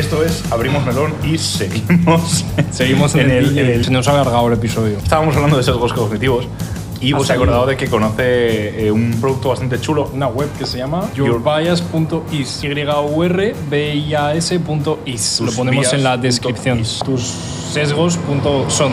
Esto es Abrimos Melón y seguimos. Seguimos en el. Se nos ha alargado el episodio. Estábamos hablando de sesgos cognitivos y os he acordado de que conoce un producto bastante chulo. Una web que se llama yourbias.is. yourbias.is. Lo ponemos en la descripción. Tus sesgos.son.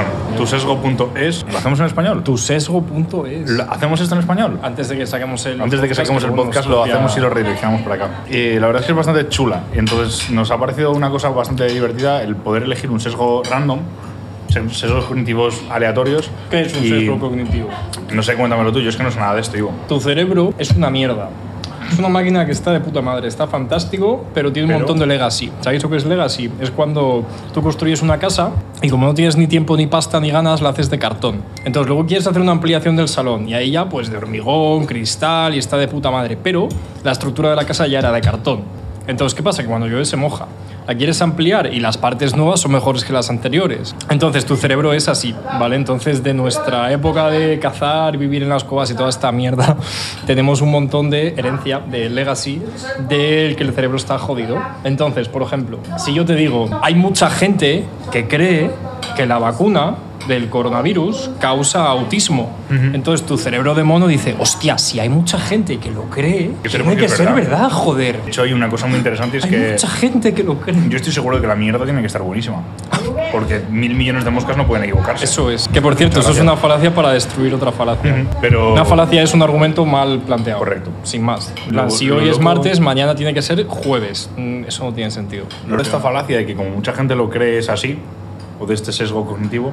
Tusesgo.es. ¿Lo hacemos en español? Tusesgo.es. ¿Hacemos esto en español? Antes de que saquemos el podcast lo hacemos y lo redirigimamos por acá. La verdad es que es bastante chula. Y entonces nos ha parecido una cosa bastante divertida el poder elegir un sesgo random, sesgos cognitivos aleatorios. ¿Qué es un sesgo cognitivo? No sé, cuéntamelo tú, yo es que no sé nada de esto, Ivo. Tu cerebro es una mierda. Es una máquina que está de puta madre, está fantástico, pero tiene un montón de legacy. ¿Sabéis lo que es legacy? Es cuando tú construyes una casa y como no tienes ni tiempo, ni pasta, ni ganas, la haces de cartón. Entonces luego quieres hacer una ampliación del salón y ahí ya pues de hormigón, cristal y está de puta madre. Pero la estructura de la casa ya era de cartón. Entonces, ¿qué pasa? Que cuando llueve se moja. La quieres ampliar y las partes nuevas son mejores que las anteriores. Entonces, tu cerebro es así, ¿vale? Entonces, de nuestra época de cazar, vivir en las cuevas y toda esta mierda, tenemos un montón de herencia, de legacy, del que el cerebro está jodido. Entonces, por ejemplo, si yo te digo, hay mucha gente que cree que la vacuna del coronavirus causa autismo. Entonces tu cerebro de mono dice, hostia, si hay mucha gente que lo cree, tiene que ser verdad, joder. De hecho, hay una cosa muy interesante, es hay que mucha gente que lo cree. Yo estoy seguro de que la mierda tiene que estar buenísima, porque 1.000 millones de moscas no pueden equivocarse. Eso es. Que por cierto, eso es una falacia para destruir otra falacia. Pero una falacia es un argumento mal planteado. Correcto. Sin más. Si hoy es martes, mañana tiene que ser jueves. Eso no tiene sentido. Lo de esta falacia de que como mucha gente lo cree es así, o de este sesgo cognitivo,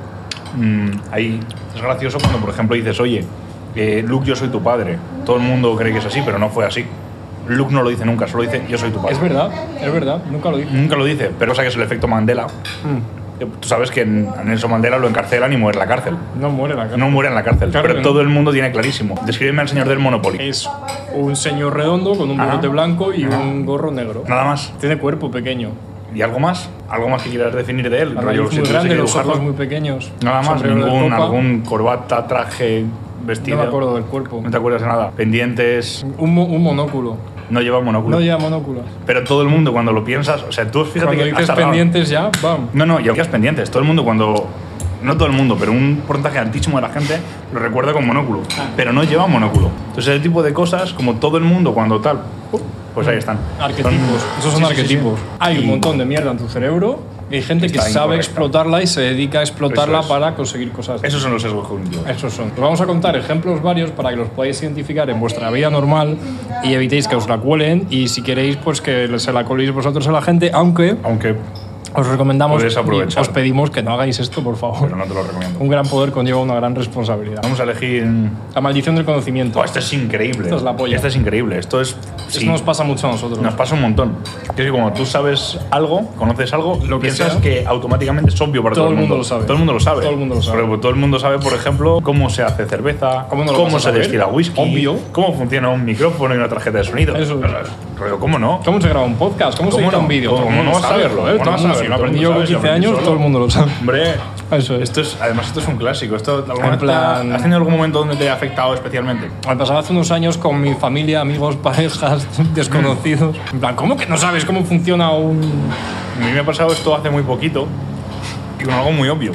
ahí es gracioso cuando, por ejemplo, dices, oye, Luke, yo soy tu padre. Todo el mundo cree que es así, pero no fue así. Luke no lo dice nunca, solo dice, yo soy tu padre. Es verdad, nunca lo dice. Nunca lo dice, pero cosa que es el efecto Mandela. Tú sabes que a Nelson Mandela lo encarcelan y muere en la cárcel. No muere en la cárcel. No muere en la cárcel, Claro pero todo el mundo tiene clarísimo. Descríbeme al señor del Monopoly. Es un señor redondo con un bigote blanco y un gorro negro. Nada más. Tiene cuerpo pequeño. ¿Y algo más? ¿Algo más que quieras definir de él? La nariz muy grande, los ojos muy pequeños. Nada más, algún corbata, traje, vestido. No me acuerdo del cuerpo. No te acuerdas de nada. Pendientes. Un monóculo. No lleva monóculo. No lleva monóculo. Pero todo el mundo cuando lo piensas, o sea, tú fíjate cuando que dices pendientes ya, bam. No, ya que pendientes. Todo el mundo cuando... No todo el mundo, pero un porcentaje altísimo de la gente lo recuerda con monóculo. Pero no lleva monóculo. Entonces, ese tipo de cosas, como todo el mundo cuando tal... Pues ahí están. Arquetipos. Esos son arquetipos. Sí. Hay un montón de mierda en tu cerebro y hay gente que sabe explotarla y se dedica a explotarla para conseguir cosas. Esos son los sesgos cognitivos. Esos son. Os vamos a contar ejemplos varios para que los podáis identificar en vuestra vida normal y evitéis que os la cuelen, y si queréis pues que se la coléis vosotros a la gente, aunque os recomendamos, os pedimos que no hagáis esto, por favor. Pero no te lo recomiendo. Un gran poder conlleva una gran responsabilidad. Vamos a elegir... La maldición del conocimiento. Oh, esto es increíble. Esto es la polla. Esto es increíble. Esto nos pasa mucho a nosotros. Nos pasa un montón. Es que como tú sabes algo, conoces algo, lo piensas que automáticamente es obvio para todo el mundo. Todo el mundo lo sabe. Todo el mundo lo sabe. Todo el mundo sabe, por ejemplo, cómo se hace cerveza, cómo se destila whisky, obvio, cómo funciona un micrófono y una tarjeta de sonido. Eso. ¿Cómo no? ¿Cómo se graba un podcast? ¿Cómo se edita un vídeo? ¿Cómo no vas a saberlo? Si lo aprendí yo con 15 años, todo el mundo lo sabe. Hombre, eso es. Además, esto es un clásico. ¿Has tenido algún momento donde te ha afectado especialmente? Me pasaba hace unos años con mi familia, amigos, parejas, desconocidos. En plan, ¿cómo que no sabes cómo funciona un...? A mí me ha pasado esto hace muy poquito y con algo muy obvio.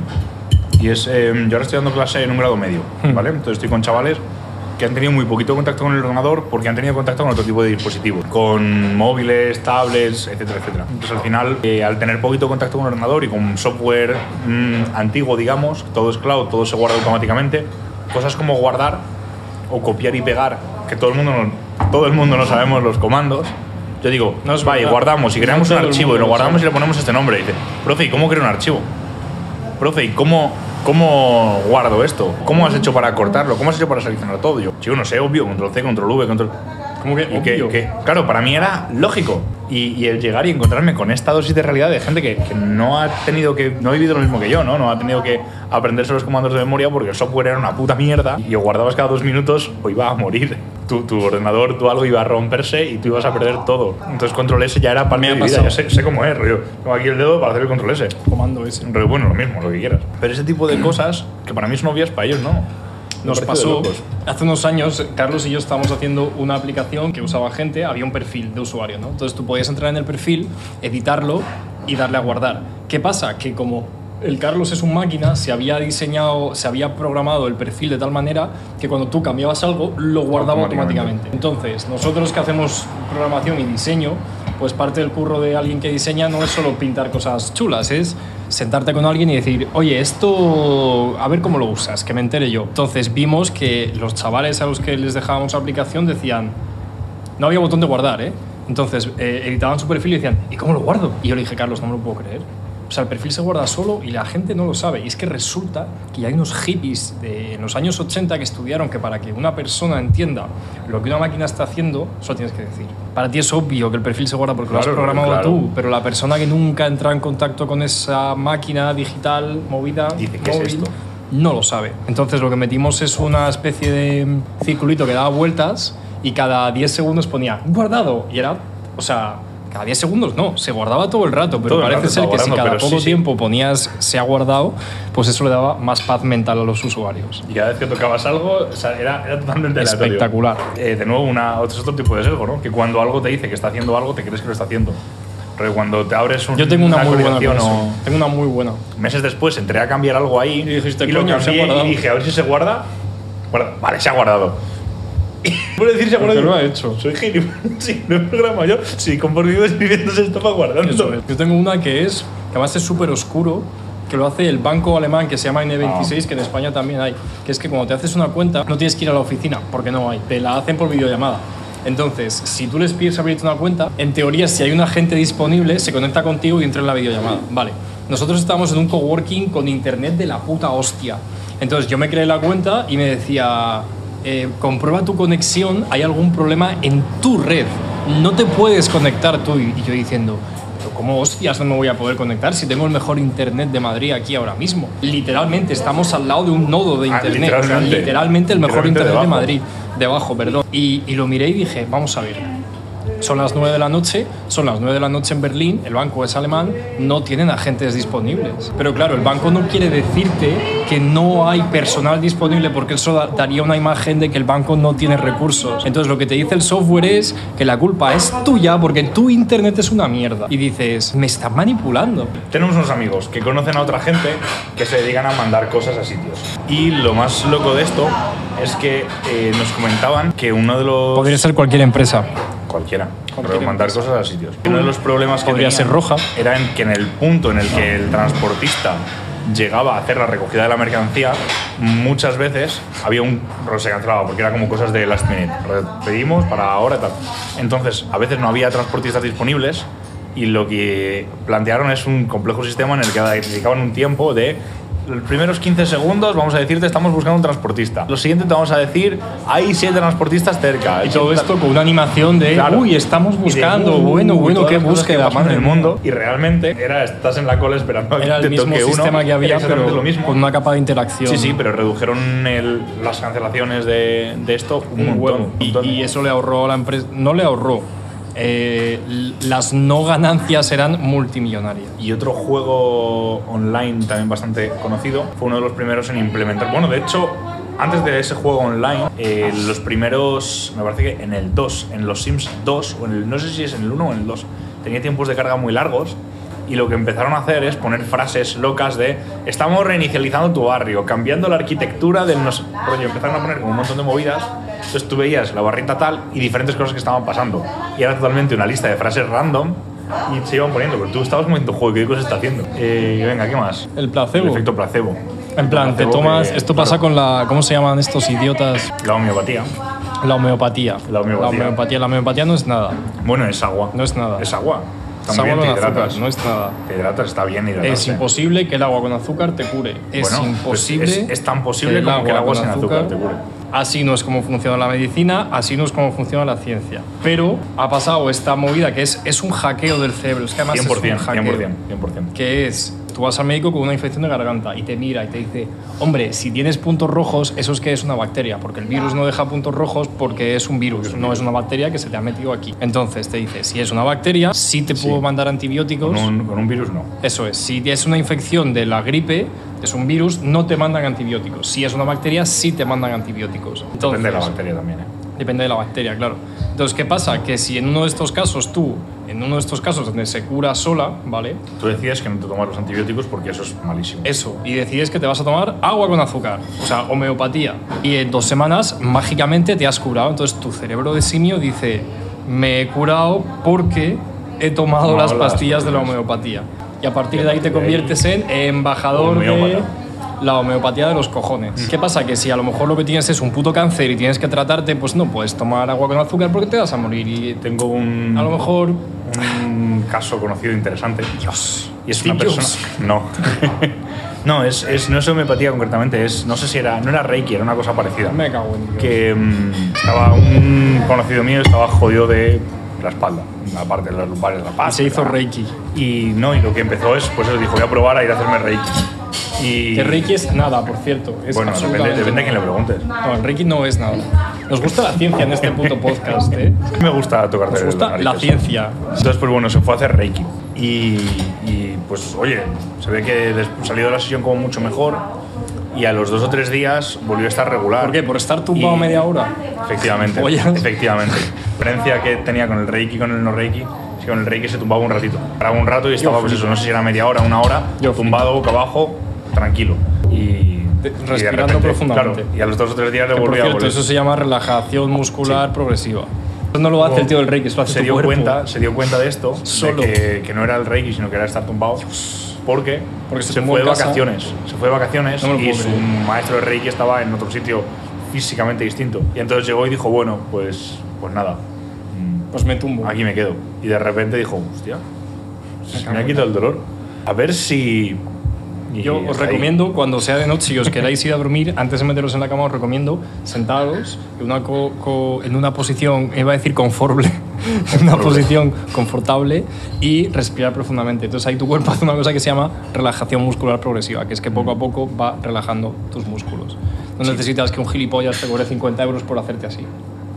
Y es, yo ahora estoy dando clase en un grado medio, ¿vale? Entonces estoy con chavales que han tenido muy poquito contacto con el ordenador porque han tenido contacto con otro tipo de dispositivos, con móviles, tablets, etcétera, etcétera. Entonces al final, al tener poquito contacto con el ordenador y con software antiguo, digamos, todo es cloud, todo se guarda automáticamente, cosas como guardar o copiar y pegar, que todo el mundo no sabemos los comandos. Yo digo, y guardamos y creamos un archivo y lo guardamos y le ponemos este nombre. Y dice, profe, ¿y cómo creo un archivo? Profe, ¿y cómo guardo esto? ¿Cómo has hecho para cortarlo? ¿Cómo has hecho para seleccionar todo? Yo, no sé, obvio, control C, control V, control... ¿Cómo que obvio? Claro, para mí era lógico. Y el llegar y encontrarme con esta dosis de realidad de gente que no ha vivido lo mismo que yo, ¿no? No ha tenido que aprenderse los comandos de memoria porque el software era una puta mierda y o guardabas cada 2 minutos o iba a morir. Tu ordenador, algo iba a romperse y tú ibas a perder todo. Entonces control S ya era parte de mi vida. Ya sé cómo es, rollo. Tengo aquí el dedo para hacer el control S. Comando S. Rollo, bueno, lo mismo, lo que quieras. Pero ese tipo de cosas que para mí son obvias, para ellos no. Nos pasó, hace unos años, Carlos y yo estábamos haciendo una aplicación que usaba gente, había un perfil de usuario, ¿no? Entonces tú podías entrar en el perfil, editarlo y darle a guardar. ¿Qué pasa? Que como el Carlos es un máquina, se había programado el perfil de tal manera que cuando tú cambiabas algo, lo guardaba automáticamente. Entonces, nosotros que hacemos programación y diseño, pues parte del curro de alguien que diseña no es solo pintar cosas chulas, es sentarte con alguien y decir, oye, esto, a ver cómo lo usas, que me entere yo. Entonces vimos que los chavales a los que les dejábamos la aplicación decían, no había botón de guardar, ¿eh? Entonces editaban su perfil y decían, ¿y cómo lo guardo? Y yo le dije, Carlos, no me lo puedo creer. O sea, el perfil se guarda solo y la gente no lo sabe. Y es que resulta que hay unos hippies en los años 80 que estudiaron que para que una persona entienda lo que una máquina está haciendo, eso tienes que decir. Para ti es obvio que el perfil se guarda porque lo has programado tú, pero la persona que nunca ha entrado en contacto con esa máquina digital, movida, dice, ¿qué es esto? No lo sabe. Entonces lo que metimos es una especie de circulito que daba vueltas y cada 10 segundos ponía guardado. Y era, o sea, cada 10 segundos no, se guardaba todo el rato, pero parece ser que si cada poco tiempo ponías se ha guardado, pues eso le daba más paz mental a los usuarios. Y cada vez que tocabas algo, o sea, era totalmente espectacular. De nuevo, es otro tipo de sesgo, ¿no? Que cuando algo te dice que está haciendo algo, te crees que lo está haciendo. Pero cuando te abres Yo tengo una muy buena tengo una muy buena. Meses después entré a cambiar algo ahí y dijiste, y lo cambié y dije, a ver si se guarda. Vale, se ha guardado. Puedo decir, se ha guardado. Lo ha hecho. Soy gilipollas. Sí, no programa yo. Sí, con por vivo escribiendo se está guardando. Yo tengo una que además es súper oscuro, que lo hace el banco alemán que se llama N26, que en España también hay. Que es que cuando te haces una cuenta, no tienes que ir a la oficina, porque no hay. Te la hacen por videollamada. Entonces, si tú les pides abrirte una cuenta, en teoría, si hay un agente disponible, se conecta contigo y entra en la videollamada. Vale. Nosotros estábamos en un coworking con internet de la puta hostia. Entonces, yo me creé la cuenta y me decía, comprueba tu conexión, hay algún problema en tu red. No te puedes conectar tú. Y yo diciendo, ¿pero cómo hostias no me voy a poder conectar si tengo el mejor internet de Madrid aquí ahora mismo? Literalmente, estamos al lado de un nodo de internet. Literalmente el mejor internet de Madrid. Debajo, perdón. Y lo miré y dije, vamos a ver. Son las 9 de la noche, en Berlín, el banco es alemán, no tienen agentes disponibles. Pero claro, el banco no quiere decirte que no hay personal disponible porque eso daría una imagen de que el banco no tiene recursos. Entonces lo que te dice el software es que la culpa es tuya porque tu internet es una mierda. Y dices, me están manipulando. Tenemos unos amigos que conocen a otra gente que se dedican a mandar cosas a sitios. Y lo más loco de esto es que nos comentaban que uno de los... Podría ser cualquier empresa. Cualquiera, pero mandar cosas a sitios. Uno de los problemas que podría ser Roja era que en el punto en el que el transportista llegaba a hacer la recogida de la mercancía, muchas veces se cancelaba porque era como cosas de last minute. Pedimos para ahora y tal. Entonces, a veces no había transportistas disponibles y lo que plantearon es un complejo sistema en el que dedicaban un tiempo de los primeros 15 segundos vamos a decirte estamos buscando un transportista. Lo siguiente te vamos a decir hay 7 transportistas cerca. Y todo esto con una animación de uy, estamos buscando, bueno, qué búsqueda más en el mundo. Y realmente estás en la cola esperando a que te toque uno. Era el mismo sistema que había, pero lo mismo. Con una capa de interacción. Sí, pero redujeron las cancelaciones de esto un montón. Y eso le ahorró a la empresa, no le ahorró. Las no ganancias eran multimillonarias. Y otro juego online también bastante conocido fue uno de los primeros en implementar. Bueno, de hecho, antes de ese juego online, los primeros, me parece que en el 2, en los Sims 2, o no sé si es en el 1 o en el 2, tenía tiempos de carga muy largos. Y lo que empezaron a hacer es poner frases locas de estamos reinicializando tu barrio, cambiando la arquitectura del rollo. Empezaron a poner como un montón de movidas. Entonces tú veías la barrita tal y diferentes cosas que estaban pasando. Y era totalmente una lista de frases random y se iban poniendo. Pero tú estabas moviendo tu juego, ¿qué cosas está haciendo? Venga, ¿qué más? El placebo. El efecto placebo. En plan, te tomas... Esto pasa con la... ¿Cómo se llaman estos idiotas? La homeopatía. La homeopatía no es nada. Bueno, es agua. No es nada. Es agua. Agua con azúcar, no es nada. Te hidratas, está bien hidratarse. Es imposible que el agua con azúcar te cure. Es imposible. Pues es tan posible como que el agua sin azúcar te cure. Así no es como funciona la medicina, así no es como funciona la ciencia. Pero ha pasado esta movida que es un hackeo del cerebro. Es que además 100%, es un hackeo. 100%. Que es, tú vas al médico con una infección de garganta y te mira y te dice, hombre, si tienes puntos rojos, eso es que es una bacteria, porque el virus no deja puntos rojos porque es un virus, no es una bacteria que se te ha metido aquí. Entonces te dice, si es una bacteria, sí te puedo mandar antibióticos. Con un virus no. Eso es, si es una infección de la gripe, es un virus, no te mandan antibióticos. Si es una bacteria, sí te mandan antibióticos. Entonces, depende de la bacteria también, Depende de la bacteria, claro. Entonces, ¿qué pasa? Que si en uno de estos casos en uno de estos casos donde se cura sola, ¿vale? Tú decides que no te tomas los antibióticos porque eso es malísimo. Eso, y decides que te vas a tomar agua con azúcar, o sea, homeopatía. Y en 2 semanas, mágicamente, te has curado. Entonces, tu cerebro de simio dice, me he curado porque he tomado las pastillas de la homeopatía. Y a partir de ahí te conviertes en embajador de la homeopatía de los cojones. ¿Qué pasa? Que si a lo mejor lo que tienes es un puto cáncer y tienes que tratarte, pues no puedes tomar agua con azúcar porque te vas a morir. Y tengo a lo mejor un caso conocido interesante. Dios. Y es una persona. No. No, no es homeopatía concretamente, no sé si no era Reiki, era una cosa parecida. Me cago en Dios. Que estaba un conocido mío estaba jodido de la espalda, aparte de los lumbares de la paz. Y se hizo Reiki. Y lo que empezó es, pues él dijo, voy a probar a ir a hacerme Reiki. Que Reiki es nada, por cierto. Es bueno, depende de quién le preguntes. No, el Reiki no es nada. Nos gusta la ciencia en este puto podcast, Me gusta tocarte. Nos gusta la ciencia. Entonces, pues bueno, se fue a hacer Reiki. Y pues, oye, se ve que salió de la sesión como mucho mejor. Y a los 2 o 3 días volvió a estar regular. ¿Por qué? ¿Por estar tumbado media hora? Efectivamente. Efectivamente. La diferencia que tenía con el Reiki y con el no Reiki es que con el Reiki se tumbaba un ratito. Paraba un rato y estaba, pues eso, no sé si era media hora, 1 hora, tumbado, boca abajo, tranquilo. Respirando profundamente. Claro, y a los 2 o 3 días le volvía a volver. Eso se llama relajación muscular progresiva. Eso no lo hace el tío del Reiki, eso lo hace tu cuerpo. Se dio cuenta de esto, solo. De que no era el Reiki, sino que era estar tumbado. Porque se fue de vacaciones. Se fue de vacaciones y su maestro de Reiki estaba en otro sitio físicamente distinto. Y entonces llegó y dijo, bueno, pues nada. Pues me tumbo. Aquí me quedo. Y de repente dijo, hostia, se me ha quitado el dolor. A ver si... Yo os recomiendo, cuando sea de noche y os queráis ir a dormir, antes de meteros en la cama, os recomiendo sentados en una posición, iba a decir confortable, en una posición confortable y respirar profundamente. Entonces ahí tu cuerpo hace una cosa que se llama relajación muscular progresiva, que es que poco a poco va relajando tus músculos. No necesitas que un gilipollas te cobre 50 euros por hacerte así.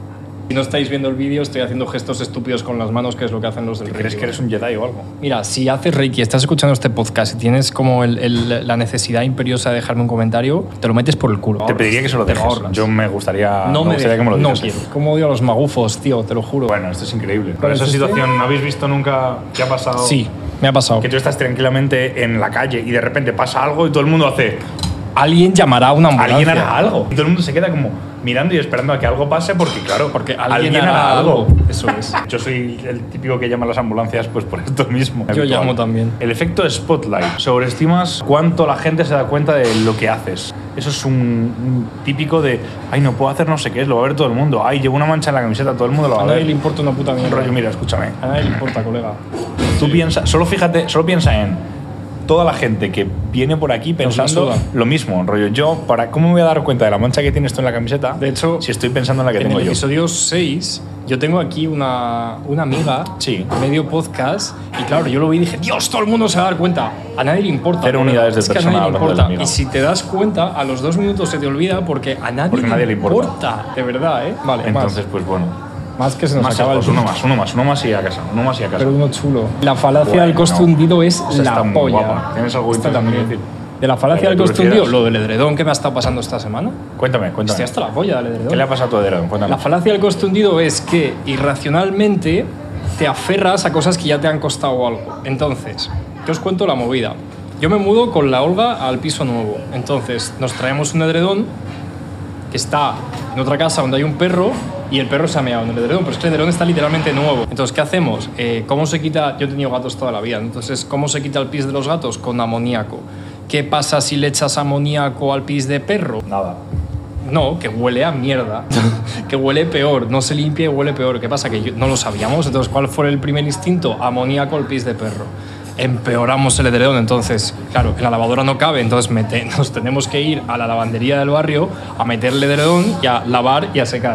Si no estáis viendo el vídeo, estoy haciendo gestos estúpidos con las manos, que es lo que hacen los del Reiki. ¿Crees que eres un Jedi o algo? Mira, si haces Reiki, estás escuchando este podcast y tienes como la necesidad imperiosa de dejarme un comentario, te lo metes por el culo. Te pediría que se lo dejes. Yo me gustaría, que me lo digas. No quiero. Como odio a los magufos, tío, te lo juro. Bueno, esto es increíble. Pero esa situación, ¿no habéis visto nunca qué ha pasado? Sí, me ha pasado. Que tú estás tranquilamente en la calle y de repente pasa algo y todo el mundo hace... Alguien llamará a una ambulancia. Alguien hará algo. Y todo el mundo se queda como mirando y esperando a que algo pase porque, claro, porque alguien hará algo. Eso es. Yo soy el típico que llama a las ambulancias pues por esto mismo. Yo llamo también. El efecto Spotlight. Sobreestimas cuánto la gente se da cuenta de lo que haces. Eso es un típico de, ay, no puedo hacer no sé qué, lo va a ver todo el mundo. Ay, llevo una mancha en la camiseta, todo el mundo lo va a ver. A nadie le importa una puta mierda. Rollo, mira, escúchame. A nadie le importa, colega. Tú piensa, solo piensa en toda la gente que viene por aquí pensando lo mismo, rollo. Yo, ¿cómo me voy a dar cuenta de la mancha que tienes tú en la camiseta? De hecho, si estoy pensando en la que tengo yo. En el episodio 6, yo tengo aquí una amiga, medio podcast, y claro, yo lo vi y dije, Dios, todo el mundo se va a dar cuenta. A nadie le importa. 0 unidades de persona hablando de la amiga. Y si te das cuenta, a los 2 minutos se te olvida porque a nadie le importa. De verdad, ¿eh? Vale, entonces, pues bueno. Más que se nos acaba el uno más y a casa. Pero uno chulo. La falacia del coste hundido es la polla. Guapa. ¿Tienes algo interesante que decir? De la falacia del coste hundido, lo del edredón que me ha estado pasando esta semana. Cuéntame. Hostia, hasta la polla del edredón. ¿Qué le ha pasado a tu edredón? Cuéntame. La falacia del coste hundido es que irracionalmente te aferras a cosas que ya te han costado algo. Entonces, yo os cuento la movida. Yo me mudo con la Olga al piso nuevo. Entonces, nos traemos un edredón que está en otra casa donde hay un perro y el perro se ha meado en el edredón, pero es que el edredón está literalmente nuevo. Entonces, ¿qué hacemos? ¿Cómo se quita? Yo he tenido gatos toda la vida, entonces, ¿cómo se quita el pis de los gatos? Con amoníaco. ¿Qué pasa si le echas amoníaco al pis de perro? Nada. No, que huele a mierda, que huele peor, no se limpia y huele peor. ¿Qué pasa? Que no lo sabíamos, entonces, ¿cuál fue el primer instinto? Amoníaco al pis de perro. Empeoramos el edredón, entonces, claro, en la lavadora no cabe, entonces nos tenemos que ir a la lavandería del barrio a meter el edredón y a lavar y a secar.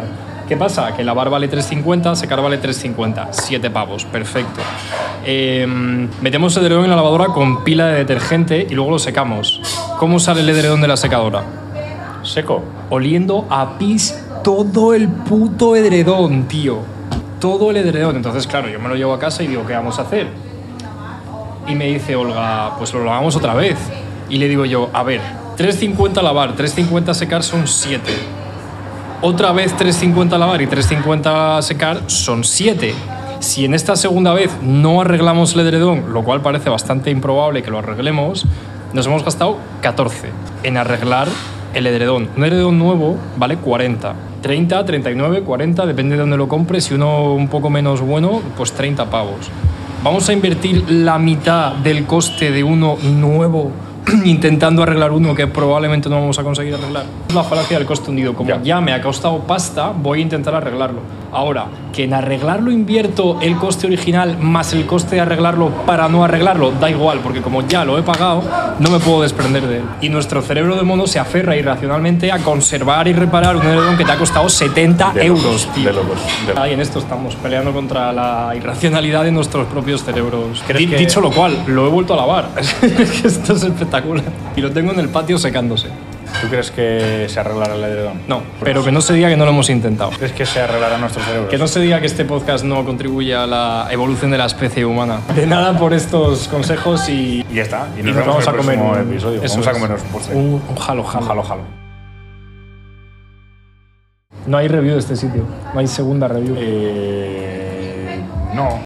¿Qué pasa? Que lavar vale 3,50, secar vale 3,50. 7 pavos, perfecto. Metemos el edredón en la lavadora con pila de detergente y luego lo secamos. ¿Cómo sale el edredón de la secadora? Seco. Oliendo a pis todo el puto edredón, tío. Todo el edredón. Entonces, claro, yo me lo llevo a casa y digo, ¿qué vamos a hacer? Y me dice Olga, pues lo lavamos otra vez. Y le digo yo, a ver, 3,50 lavar, 3,50 secar son 7. Otra vez 3,50 lavar y 3,50 secar son 7. Si en esta segunda vez no arreglamos el edredón, lo cual parece bastante improbable que lo arreglemos, nos hemos gastado 14 en arreglar el edredón. Un edredón nuevo vale 40. 30, 39, 40, depende de dónde lo compres. Si uno un poco menos bueno, pues 30 pavos. Vamos a invertir la mitad del coste de uno nuevo intentando arreglar uno que probablemente no vamos a conseguir arreglar. Es la falacia del coste hundido. Como ya me ha costado pasta, voy a intentar arreglarlo. Ahora, que en arreglarlo invierto el coste original más el coste de arreglarlo para no arreglarlo, da igual, porque como ya lo he pagado, no me puedo desprender de él. Y nuestro cerebro de mono se aferra irracionalmente a conservar y reparar un edredón que te ha costado 70 euros, tío. De locos. Ahí en esto estamos, peleando contra la irracionalidad de nuestros propios cerebros. ¿Crees que- Dicho lo cual, lo he vuelto a lavar. Es que esto es espectacular. Y lo tengo en el patio secándose. ¿Tú crees que se arreglará el edredón? No, pero que no se diga que no lo hemos intentado. ¿Crees que se arreglará nuestro cerebro? Que no se diga que este podcast no contribuye a la evolución de la especie humana. De nada por estos consejos y Y ya está. Y y nos, nos vemos vamos a en el comer próximo un episodio. eso Vamos a es. comernos un postre. Un jalo jalo. Jalo, jalo. No hay review de este sitio. No hay segunda review. No.